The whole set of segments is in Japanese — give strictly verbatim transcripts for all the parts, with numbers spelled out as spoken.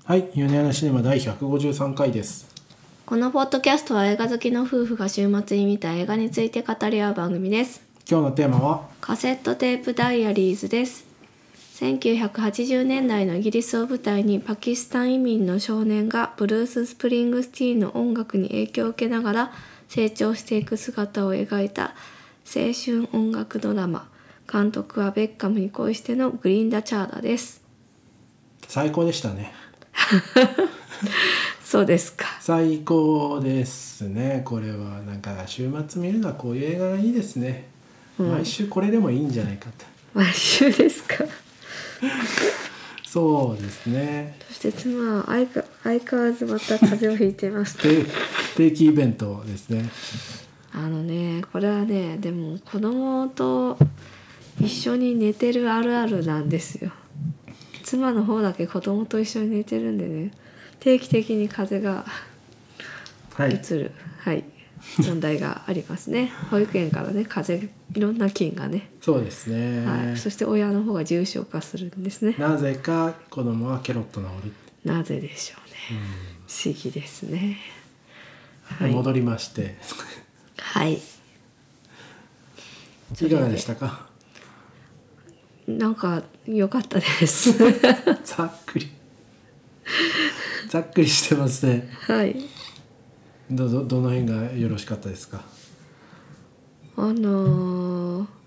はい、米山シネマ第ひゃくごじゅうさんかいです。 このポッドキャストは映画好きの夫婦が週末に見た映画について語り合う番組です。 今日のテーマはカセットテープダイアリーズです。せんきゅうひゃくはちじゅうねんだいのイギリスを舞台にパキスタン移民の少年がブルース・スプリングスティーンの音楽に影響を受けながら成長していく姿を描いた青春音楽ドラマ。監督はベッカムに恋してのグリンダ・チャーダです。 最高でしたね。 そうですか。 最高ですね。これはなんか週末見るのはこういう映画がいいですね、うん、毎週これでもいいんじゃないかと。 毎週ですか。 そうですね。 そして妻は相か相変わらずまた風邪をひいてます定期イベントですね。 あのねこれはねでも子供と一緒に寝てるあるあるなんですよ。妻の方だけ子供と一緒に寝てるんでね、定期的に風邪がうつる、はい、はい、問題がありますね。保育園からね風邪いろんな菌がね。 そうですね、 はい、そして親の方が重症化するんですね。 なぜか子供はケロッと治る。 なぜでしょうね、うん、不思議ですね。 はい、戻りましてはいいかがでしたか。 なんか良かったですざっくりざっくりしてますね。 はい。 ど, ど, どの辺がよろしかったですか。 あのー、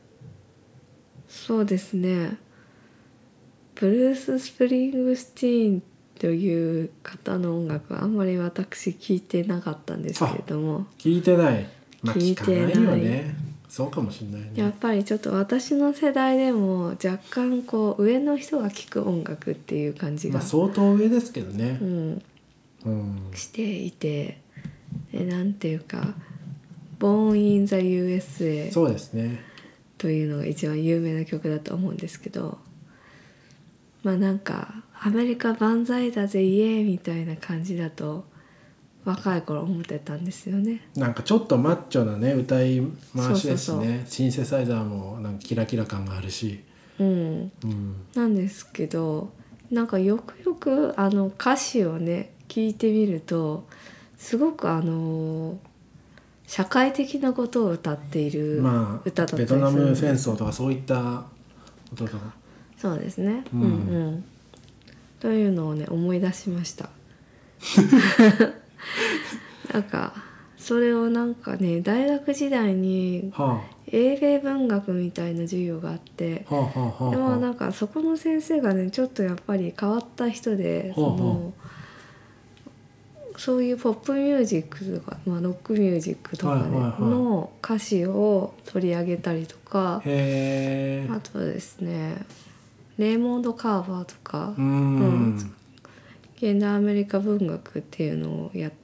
そうですね、ブルース・スプリングスティーンという方の音楽はあんまり私聞いてなかったんですけれども。 聞いてない、まあ、 聞いてない、 聞かないよね。そうかもしれないね。 やっぱりちょっと私の世代でも若干こう上の人が聴く音楽っていう感じが、 まあ、相当上ですけどね、 うんうん、 していて、でなんていうかBorn in the ユーエスエーそうですねというのが一番有名な曲だと思うんですけど、まあなんかアメリカ万歳だぜイエーイみたいな感じだと若い頃思ってたんですよね。 なんかちょっとマッチョなね歌い回しですね。そうそうそう、シンセサイザーもなんかキラキラ感があるし、 うん、うん、なんですけどなんかよくよくあの歌詞をね聞いてみるとすごくあの社会的なことを歌っている歌だったりするんです。 まあ、ベトナム戦争とかそういったこととか。 そうですね、うん、うんうんというのをね思い出しましたなんかそれをなんかね大学時代に英米文学みたいな授業があって、はあはあはあ、でもなんかそこの先生がねちょっとやっぱり変わった人で、はあはあ、そのそういうポップミュージックとか、まあ、ロックミュージックとか、ね、はいはいはい、の歌詞を取り上げたりとか、へあとですねレイモンド・カーバーとか、うん、うん、現代アメリカ文学っていうのをやって、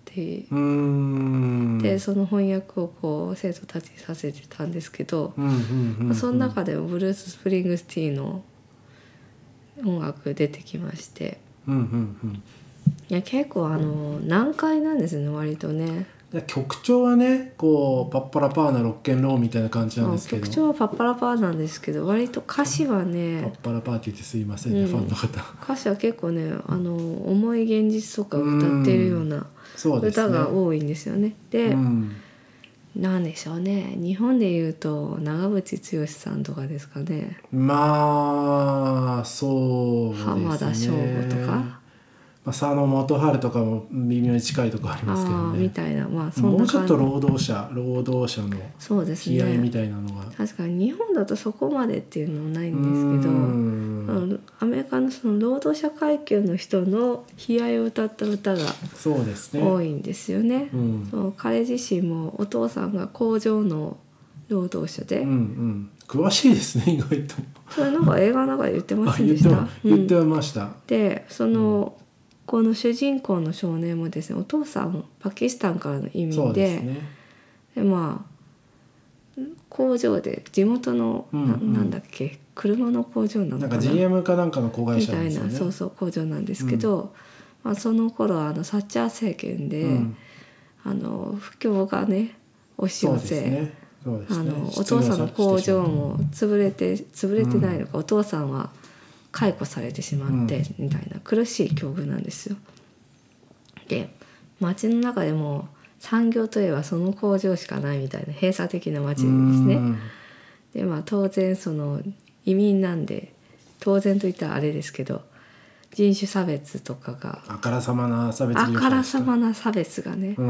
うーんでその翻訳をこう生徒たちにさせてたんですけど、うんうんうんうん、その中でもブルース・スプリングスティーンの音楽出てきまして、うんうんうん、いや結構あの難解なんですね割とね。 曲調はねこうパッパラパーなロッケンローみたいな感じなんですけど、 曲調はパッパラパーなんですけど割と歌詞はねパッパラパーって言ってすいませんね、うん、ファンの方。 歌詞は結構ねあの重い現実とか歌っているような歌が多いんですよね。で、うん、なんでしょうね日本でいうと長渕剛さんとかですかね。 まあそうですね、 浜田省吾とか佐野元春とかも微妙に近いところありますけどね。 みたいな、まあ、そんなもうちょっと労働者労働者の悲哀みたいなのが、 ね、確かに日本だとそこまでっていうのはないんですけど、あのアメリカのその労働者階級の人の悲哀を歌った歌が多いんですよね。そうですね、うん、そう彼自身もお父さんが工場の労働者で、うんうん、 詳しいですね意外と。 それなんか映画の中で言ってませんでした？ 言ってました、うん、 でその、うんこの主人公の少年もですねお父さんパキスタンからの移民 で, そうですね、でまあ工場で地元の、うんうん、な, なんだっけ車の工場なのかな、 なんか ジーエム かなんかの子会社なんですよねみたいなそうそう工場なんですけど、うんまあ、その頃あのサッチャー政権で、うん、あの不況がね押し寄せ、ねね、あのお父さんの工場も潰れて潰れてないのか、うん、お父さんは解雇されてしまってみたいな苦しい境遇なんですよ。で町の中でも産業といえばその工場しかないみたいな閉鎖的な町ですね。でまあ当然その移民なんで当然といったらあれですけど人種差別とかがあからさまな差別あからさまな差別がね、うん、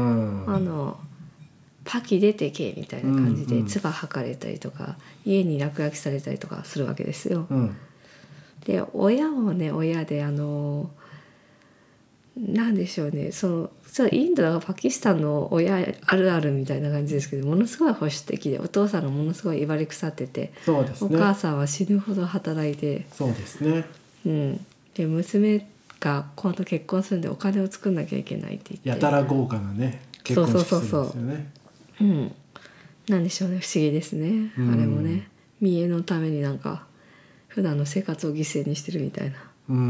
あのパキ出てけみたいな感じで唾吐かれたりとか、うん、家に落書きされたりとかするわけですよ。うん、で親もね親であのなんでしょうねそのそインドがパキスタンの親あるあるみたいな感じですけどものすごい保守的でお父さんがものすごい威張り腐ってて、そうですね、お母さんは死ぬほど働いてそうですね、 うん、で娘が今度結婚するんでお金を作んなきゃいけないって言ってやたら豪華なね結婚式するんですよね。そうそうそうそう、 うん、なんでしょうね不思議ですね、うん、あれもね見栄のためになんか普段の生活を犠牲にしてるみたいな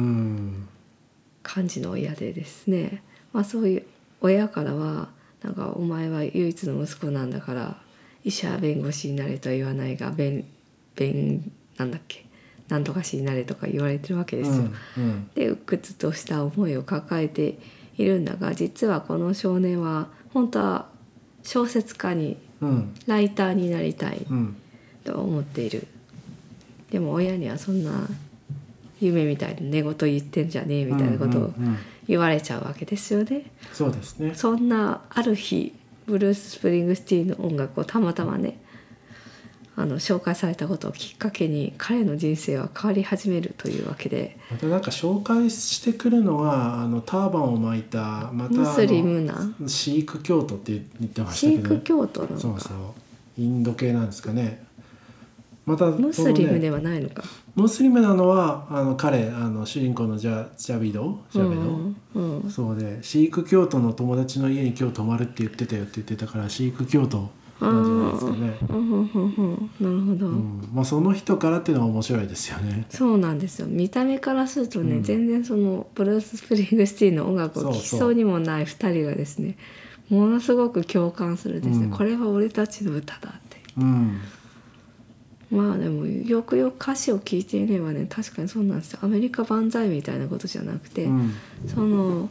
感じの親でですね、まあ、そういう親からはなんかお前は唯一の息子なんだから医者弁護士になれとは言わないが弁弁なんだっけなんとかしになれとか言われてるわけですよ、うんうん、で鬱屈とした思いを抱えているんだが実はこの少年は本当は小説家に、うん、ライターになりたいと思っている、うん、でも親にはそんな夢みたいな寝言言ってんじゃねえみたいなことを言われちゃうわけですよね、うんうんうん、 そうですね。 そんなある日ブルース・スプリングスティーンの音楽をたまたまねあの紹介されたことをきっかけに彼の人生は変わり始めるというわけで、 またなんか紹介してくるのはあのターバンを巻いたまたムスリムなシーク教徒って言ってましたけど、ね、 シーク教徒なのか、 そうそうインド系なんですかね。また、ね、 ムスリムではないのか。 ムスリムなのはあの彼あの主人公のジャジャビドジャベド、うんうん、そうでシーク教徒の友達の家に今日泊まるって言ってたよって言ってたからシーク教徒なんじゃないですかね。 うんうんうんうん、なるほど、 うんまあ、その人からっていうのは面白いですよね。 そうなんですよ。見た目からするとね、うん、全然そのブルース・スプリングスティーンの音楽を聴きそうにもないふたりがですねものすごく共感するですね、うん、これは俺たちの歌だって、うん、まあでもよくよく歌詞を聴いていればね確かにそうなんですよ。アメリカ万歳みたいなことじゃなくて、うん、その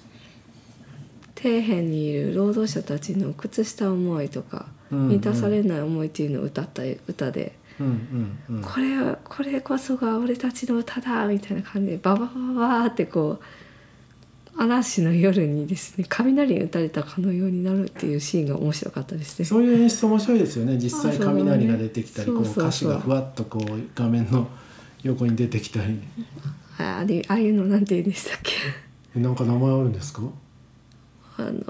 底辺にいる労働者たちの屈した思いとか、うんうん、満たされない思いっていうのを歌った歌で、うんうんうん、これはこれこそが俺たちの歌だみたいな感じでバババババーってこう嵐の夜にですね雷に打たれたかのようになるっていうシーンが面白かったですね。 そういう演出面白いですよね。実際雷が出てきたり、ね、こう歌詞がふわっとこう画面の横に出てきたり、 ああれああいうのなんて言うんでしたっけなんか名前あるんですか。 あの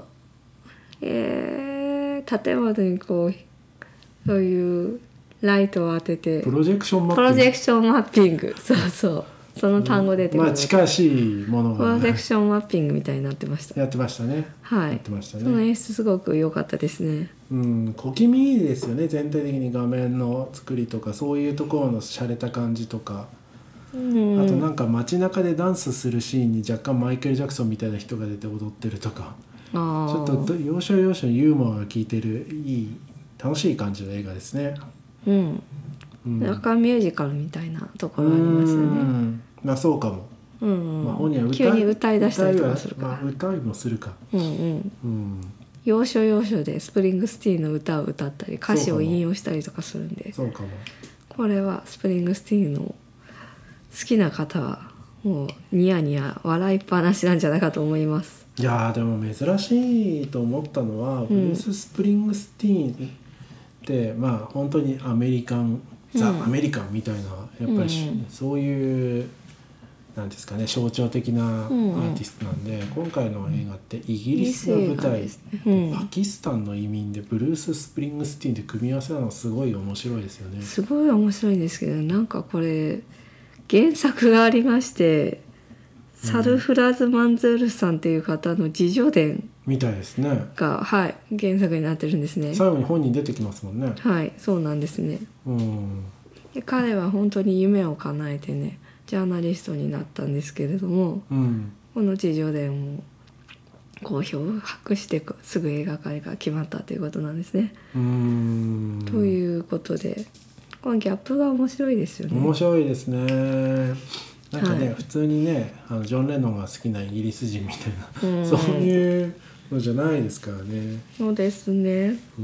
えー、建物にこうそういうライトを当ててプロジェクションマッピングプロジェクションマッピングそうそうその単語出てくる、 まあ近しいものが、ね、 プロジェクションマッピングみたいになってました。 やってましたね。 はい。 やってましたね。 その演出すごく良かったですね。 うん、小気味いいですよね。全体的に画面の作りとかそういうところの洒落た感じとか、うん、あとなんか街中でダンスするシーンに若干マイケル・ジャクソンみたいな人が出て踊ってるとか、あちょっと要所要所にユーモアが効いてるいい楽しい感じの映画ですね。うん。 うん、若干ミュージカルみたいなところありますよね。うんまあそうかも。 うんまあ、本人は歌急に歌い出したりとかするから、 まあ、歌いもするか、 うんうんうん、要所要所でスプリングスティーンの歌を歌ったり歌詞を引用したりとかするんでそうかもこれはスプリングスティーンの好きな方はもうニヤニヤ笑いっぱなしなんじゃないかと思います。 いやでも珍しいと思ったのは、うん、ブルース・スプリングスティーンってまあ本当にアメリカン、うん、ザ・アメリカンみたいなやっぱり、うん、そういうなんですかね象徴的なアーティストなんで、うんうん、今回の映画ってイギリスが舞台、ねうん、パキスタンの移民でブルース・スプリングスティーンで組み合わせなのすごい面白いですよね。 すごい面白いんですけどなんかこれ原作がありまして、うん、サルフラズ・マンズールさんっていう方の自叙伝みたいですねが、はい、原作になってるんですね。 最後に本人出てきますもんね。 はいそうなんですね、うん、で彼は本当に夢を叶えてねジャーナリストになったんですけれども、うん、この自叙伝を好評を博してすぐ映画化が決まったということなんですね。うーんということでこのギャップが面白いですよね。 面白いですね。 なんかね、はい、普通にねあのジョン・レノンが好きなイギリス人みたいな、うん、そういうのじゃないですからね。 そうですね。 うん、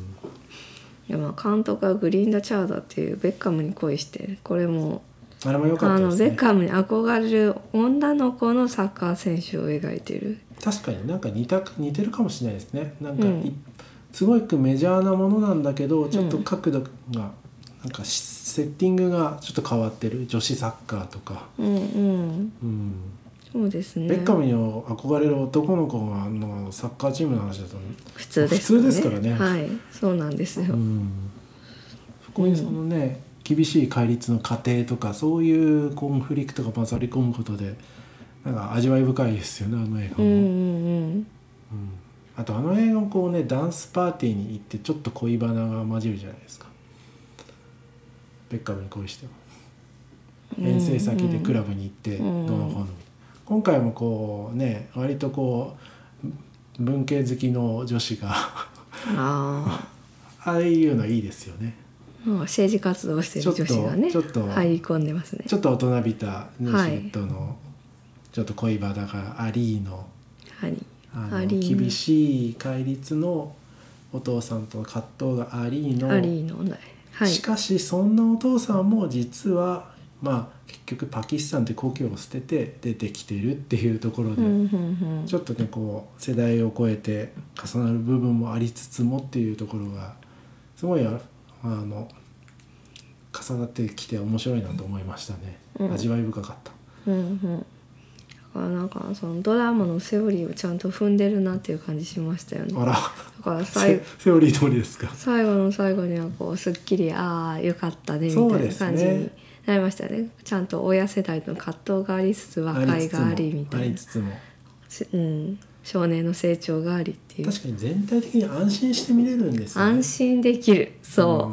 いやまあ監督はグリンダ・チャウダーっていうベッカムに恋して、これもあれも良かったですね。 あのベッカムに憧れる女の子のサッカー選手を描いてる。 確かになんか似た似てるかもしれないですね。なんか、うん、すごくメジャーなものなんだけどちょっと角度が、うん、なんかセッティングがちょっと変わってる、女子サッカーとか、 うんうんうん、そうですね。 ベッカムに憧れる男の子がのサッカーチームの話だと普通ですね。 普通ですからね。 はい、そうなんですよ。 うん、そこにそのね、うん、厳しい戒律の過程とかそういうコンフリクトが混ざり込むことでなんか味わい深いですよね、あの映画も。うんうんうんうん、あとあの映画もこうねダンスパーティーに行ってちょっと恋バナが混じるじゃないですか。ベッカムに恋しても遠征先でクラブに行ってどの子の、今回もこうね割とこう文系好きの女子がああいうのいいですよね。 政治活動してる女子がねちょっと入り込んでますね。 ちょっと大人びた主とのちょっと恋バナがありの、はい、あの厳しい戒律のお父さんとの葛藤がありの、 ありのね、はい、 しかしそんなお父さんも実はまあ結局パキスタンって故郷を捨てて出てきてるっていうところで、うんうんうん、ちょっとねこう世代を超えて重なる部分もありつつもっていうところがすごいあの重なってきて面白いなと思いましたね、うん、味わい深かった、うんうん、だからなんかそのドラマのセオリーをちゃんと踏んでるなっていう感じしましたよね。 あら、だから最後セオリー通りですか。 最後の最後にはこうすっきりああよかったねみたいな感じになりましたね。ちゃんと親世代の葛藤がありつつ和解がありみたいな、ありつつも、うん、少年の成長がありっていう。 確かに全体的に安心して見れるんですよね。 安心できる、そう、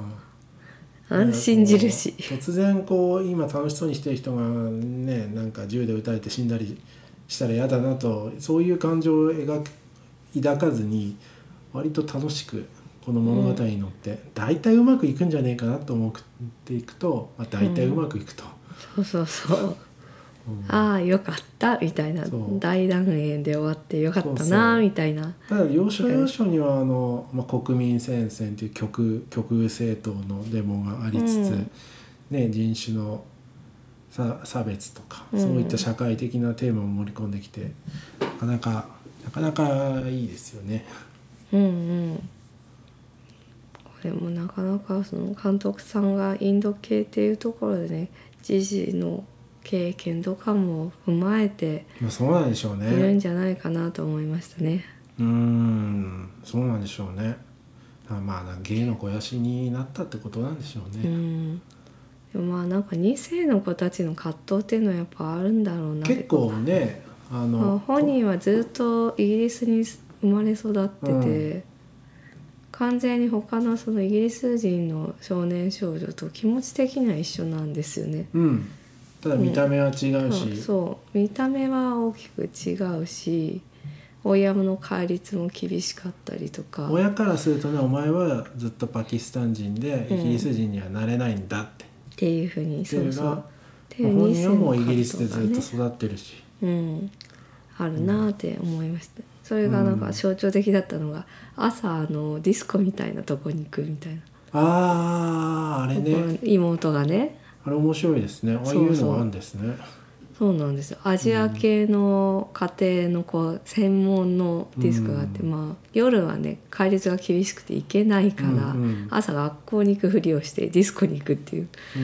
うん、安心印。 突然こう今楽しそうにしてる人がねなんか銃で撃たれて死んだりしたら嫌だなとそういう感情を描く抱かずに割と楽しくこの物語に乗って、うん、大体うまくいくんじゃねえかなと思っていくと、まあ、大体うまくいくと、 うん、そうそうそう、うん、ああよかったみたいな大団円で終わってよかったなそうそうみたいな。 ただ要所要所にはあの、まあ、国民戦線という極右極右政党のデモがありつつ、うんね、人種の差別とか、うん、そういった社会的なテーマを盛り込んできてなかなかなかなかいいですよね。 うんうん。これもなかなかその監督さんがインド系っていうところでね自身の経験とかも踏まえてそうなんでしょうね。 いるんじゃないかなと思いましたね。 うーんそうなんでしょうね。まあ芸の肥やしになったってことなんでしょうね。うんでもまあなんかに世の子たちの葛藤っていうのはやっぱあるんだろうな。 結構ねあの本人はずっとイギリスに生まれ育ってて、うん、完全に他のそのイギリス人の少年少女と気持ち的には一緒なんですよね、 うん、ただ見た目は違うし、うん、 そう見た目は大きく違うし親の戒律も厳しかったりとか親からするとねお前はずっとパキスタン人でイギリス人にはなれないんだって、うん、 っていうふうにそうそう本人はもうイギリスでずっと育ってるし、 うん、あるなって思いました、うん、それがなんか象徴的だったのが、うん、朝あのディスコみたいなとこに行くみたいなあーあれね妹がねあれ面白いですね。ああいうのがあるんですね。 そうなんですよ。アジア系の家庭のこう専門のディスコがあって、うん、まあ夜はね戒律が厳しくて行けないから、うんうん、朝学校に行くふりをしてディスコに行くっていう、うん、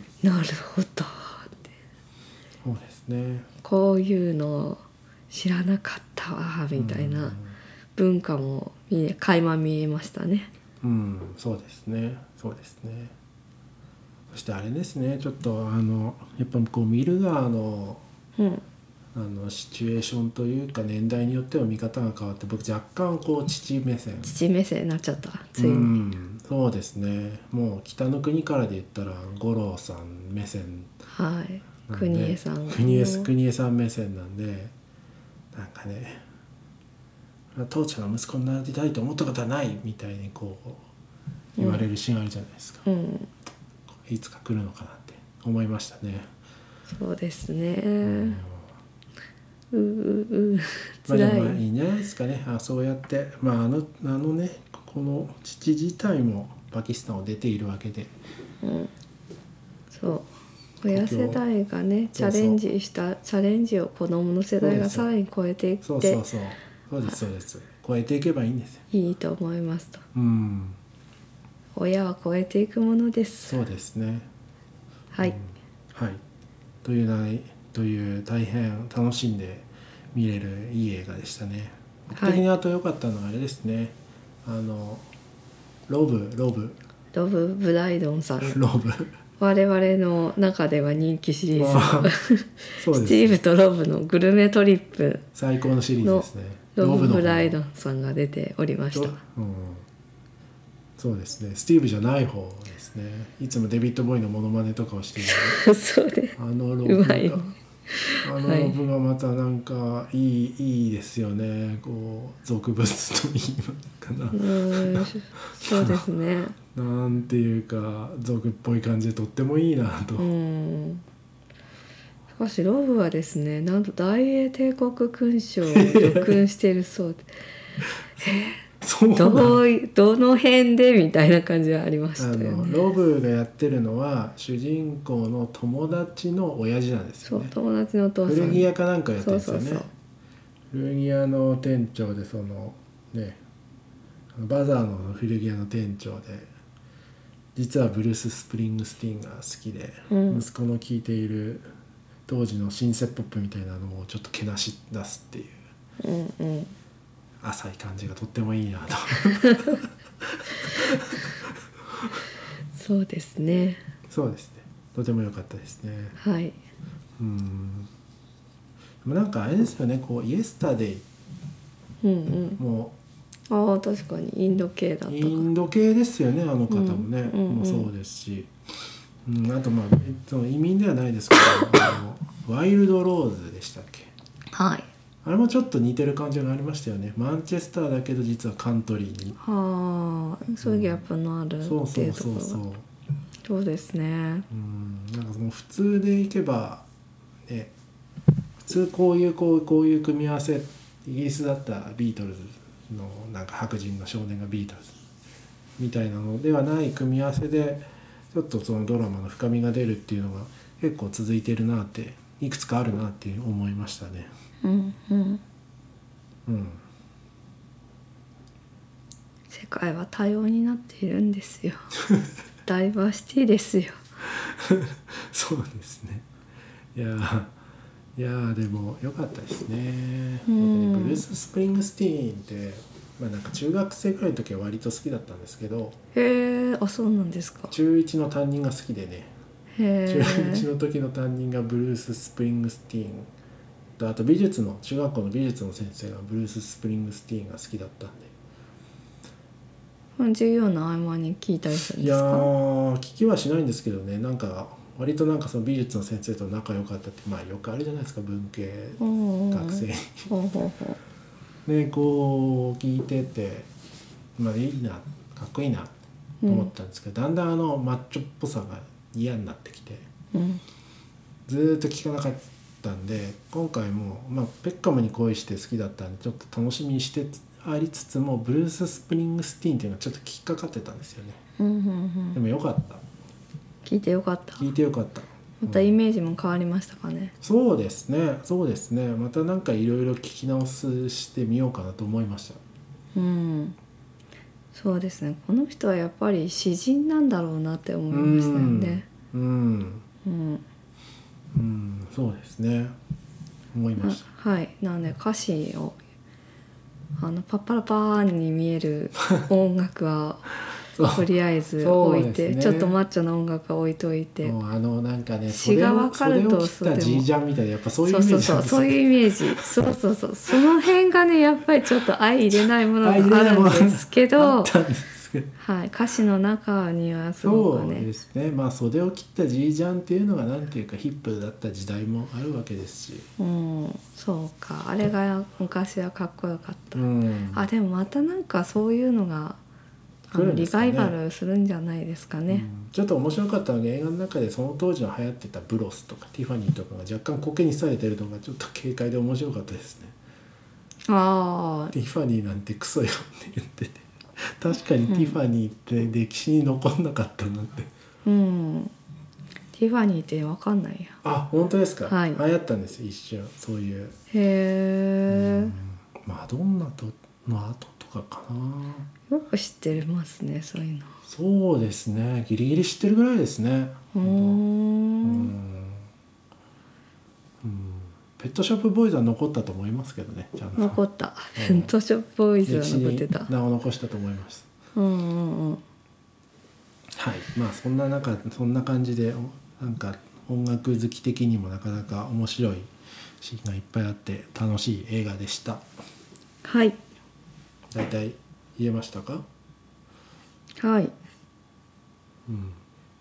なるほどってそうですね。 こういうの知らなかったわみたいな文化も垣間見えましたね。 うん、そうですねそうですね。そしてあれですねちょっとあのやっぱこう見る側の、うん、あのシチュエーションというか年代によっては見方が変わって僕若干こう父目線父目線になっちゃったついに、 うん、そうですね。もう北の国からで言ったら五郎さん目線はい国枝さん国枝国枝さん目線なんでなんかね父ちゃんの息子になりたいと思ったことはないみたいにこう言われるシーンあるじゃないですか、うん、いつか来るのかなって思いましたね。 そうですね、うん、うううまあでもいいんじゃないですかね。あそうやって、まあ、あのあのねこの父自体もパキスタンを出ているわけで、 うん、そう親世代がねチャレンジしたチャレンジを子供の世代がさらに超えていってそうそうそうそうですそうです超えていけばいいんですよ。 いいと思いますと、 うん、 親は超えていくものです。 そうですね。 はい、うん、 はいというないという大変楽しんで見れるいい映画でしたね。僕的にあと良かったのはあれですね、はい、あのロブロブロブ・ブライドンさんロブ我々の中では人気シリーズのそうです、ね、 スティーブとロブのグルメトリップ最高のシリーズですね。 ロブ・ブライドンさんが出ておりました。 うん、そうですね。スティーブじゃない方ですね。いつもデビッド・ボーイのモノマネとかをしているそうであのロブが、 ね、 あのロブがまたなんかいい、はい、いいですよね。こう俗物と言いますかな。 うんそうですね。 なんていうか俗っぽい感じでとってもいいなと。うんしかしロブはですね、なんと大英帝国勲章を叙勲しているそうでそうどうどの辺でみたいな感じはありましたよね。 あのロブがやってるのは主人公の友達の親父なんですよね。 そう友達のお父さん古着屋かなんかやってるんですよね。 そうそうそう古着屋の店長でそのねバザーの古着屋の店長で実はブルース・スプリングスティーンが好きで、うん、息子の聴いている当時のシンセポップみたいなのをちょっとけなし出すっていう、うんうん、浅い感じがとってもいいなとそうですね。 そうですね。とても良かったですね。 はい。 うんでもなんかあれですよね、こうイエスタデイ、うんうん、もうああ確かにインド系だったか。 インド系ですよね、あの方もね、うんうんうん、もそうですし、うん、あとまあその移民ではないですけどあのワイルドローズでしたっけ。 はい。 あれもちょっと似てる感じがありましたよね。マンチェスターだけど実はカントリーに。 はあ、そういうギャップのある、うん、 そうそうそうそう。 そうですね。 うん、なんかその普通でいけばね、普通こういうこうこういう組み合わせ、イギリスだったらビートルズのなんか白人の少年がビートルズみたいなのではない組み合わせでちょっとそのドラマの深みが出るっていうのが結構続いてるなって、いくつかあるなって思いましたね。 うんうんうん。世界は多様になっているんですよダイバーシティですよそうですね。いやいやでも良かったですね。うん、ブルース・スプリングスティーンって、まあ、なんか中学生くらいの時は割と好きだったんですけど。 へえ、あそうなんですか。 中いちの担任が好きでね。へ中いちの時の担任がブルース・スプリングスティーンと、あと美術の中学校の美術の先生がブルース・スプリングスティーンが好きだったんで。 授業の合間に聞いたりするんですか。 いやー聞きはしないんですけどね、なんか割となんかその美術の先生と仲良かったって、まあよくあるじゃないですか、文系学生にね、こう聞いてて、まあいいな、かっこいいなと思ったんですけど、うん、だんだんあのマッチョっぽさが嫌になってきて、うん、ずっと聞かなかったんで、今回も、まあ、ペッカムに恋して好きだったんでちょっと楽しみにしてありつつも、ブルース・スプリングスティーンっていうのはちょっと引っかかってたんですよね、うんうんうん、でもよかった、 聞いてよかった聞いてよかった。 またイメージも変わりましたかね。うん、 そうですねそうですね。またなんかいろいろ聞き直すしてみようかなと思いました。 うん、そうですね。この人はやっぱり詩人なんだろうなって思いましたよね。うんうんうん、 うん、そうですね、思いました。 はい。なので歌詞をあのパッパラパーンに見える音楽はとりあえず置いて、ね、ちょっとマッチョな音楽は置いといて、 もうあのなんかね、 詩が分かるとそれを切ったジージャンみたいな、やっぱそういうイメージなんですよ。 そうそうそう、そういうイメージそうそうそう、その辺がねやっぱりちょっと相入れないものがあるんですけどはい、歌詞の中にはすごくね、 そうですね、まあ袖を切ったジージャンっていうのがなんていうかヒップだった時代もあるわけですし、 うん、そうか、あれが昔はかっこよかった、うん、あでもまたなんかそういうのがあのリバイバルするんじゃないですかね、うん、 ちょっと面白かったのが映画の中でその当時の流行ってたブロスとかティファニーとかが若干コケにされてるのがちょっと軽快で面白かったですね。 あティファニーなんてクソよって言ってて、確かにティファニーって歴史に残んなかったなって、 うん、うん、ティファニーって分かんないや。 あ、本当ですか、 はい、 流行ったんです一瞬そういう。 へえ、 マドンナとの後とかかな。よく知ってますねそういうの。 そうですね、ギリギリ知ってるぐらいですね。 うーん、 うんうん、ペットショップボーイズは残ったと思いますけどね。ちゃんと残った、ペットショップボーイズは残ってた。 歴史に名を残したと思います。 うんうんうん。 はい、まあそんな中そんな感じでなんか音楽好き的にもなかなか面白いシーンがいっぱいあって楽しい映画でした。 はい。 だいたい言えましたか？ はい。 うん。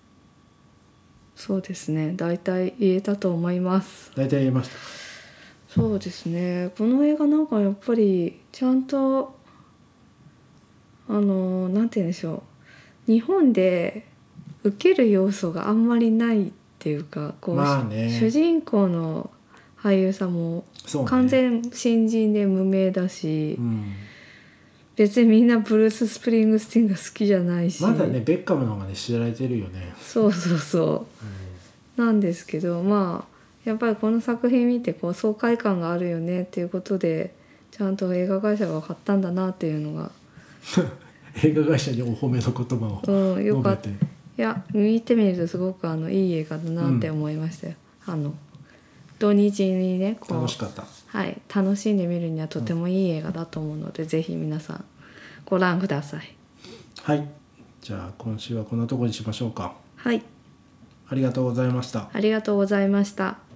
そうですね。だいたい言えたと思います。 だいたい言えましたか？ そうですね。この映画なんかやっぱりちゃんとあのなんて言うんでしょう。日本で受ける要素があんまりないっていうか、こう、 まあね、 主人公の俳優さんも完全新人で無名だし、 うん、 別にみんなブルース・スプリングスティーンが好きじゃないし、 まだねベッカムの方がね知られてるよね。 そうそうそう、うん、なんですけど、まあやっぱりこの作品見てこう爽快感があるよねっていうことでちゃんと映画会社が買ったんだなっていうのが映画会社にお褒めの言葉を述べて、うん、よかった。いや見てみるとすごくあのいい映画だなって思いましたよ、うん、あの土日にねこう楽しかった、 はい、楽しんで見るにはとてもいい映画だと思うので、うん、ぜひ皆さんご覧ください。 はい、じゃあ今週はこんなところにしましょうか。 はい、 ありがとうございました。 ありがとうございました。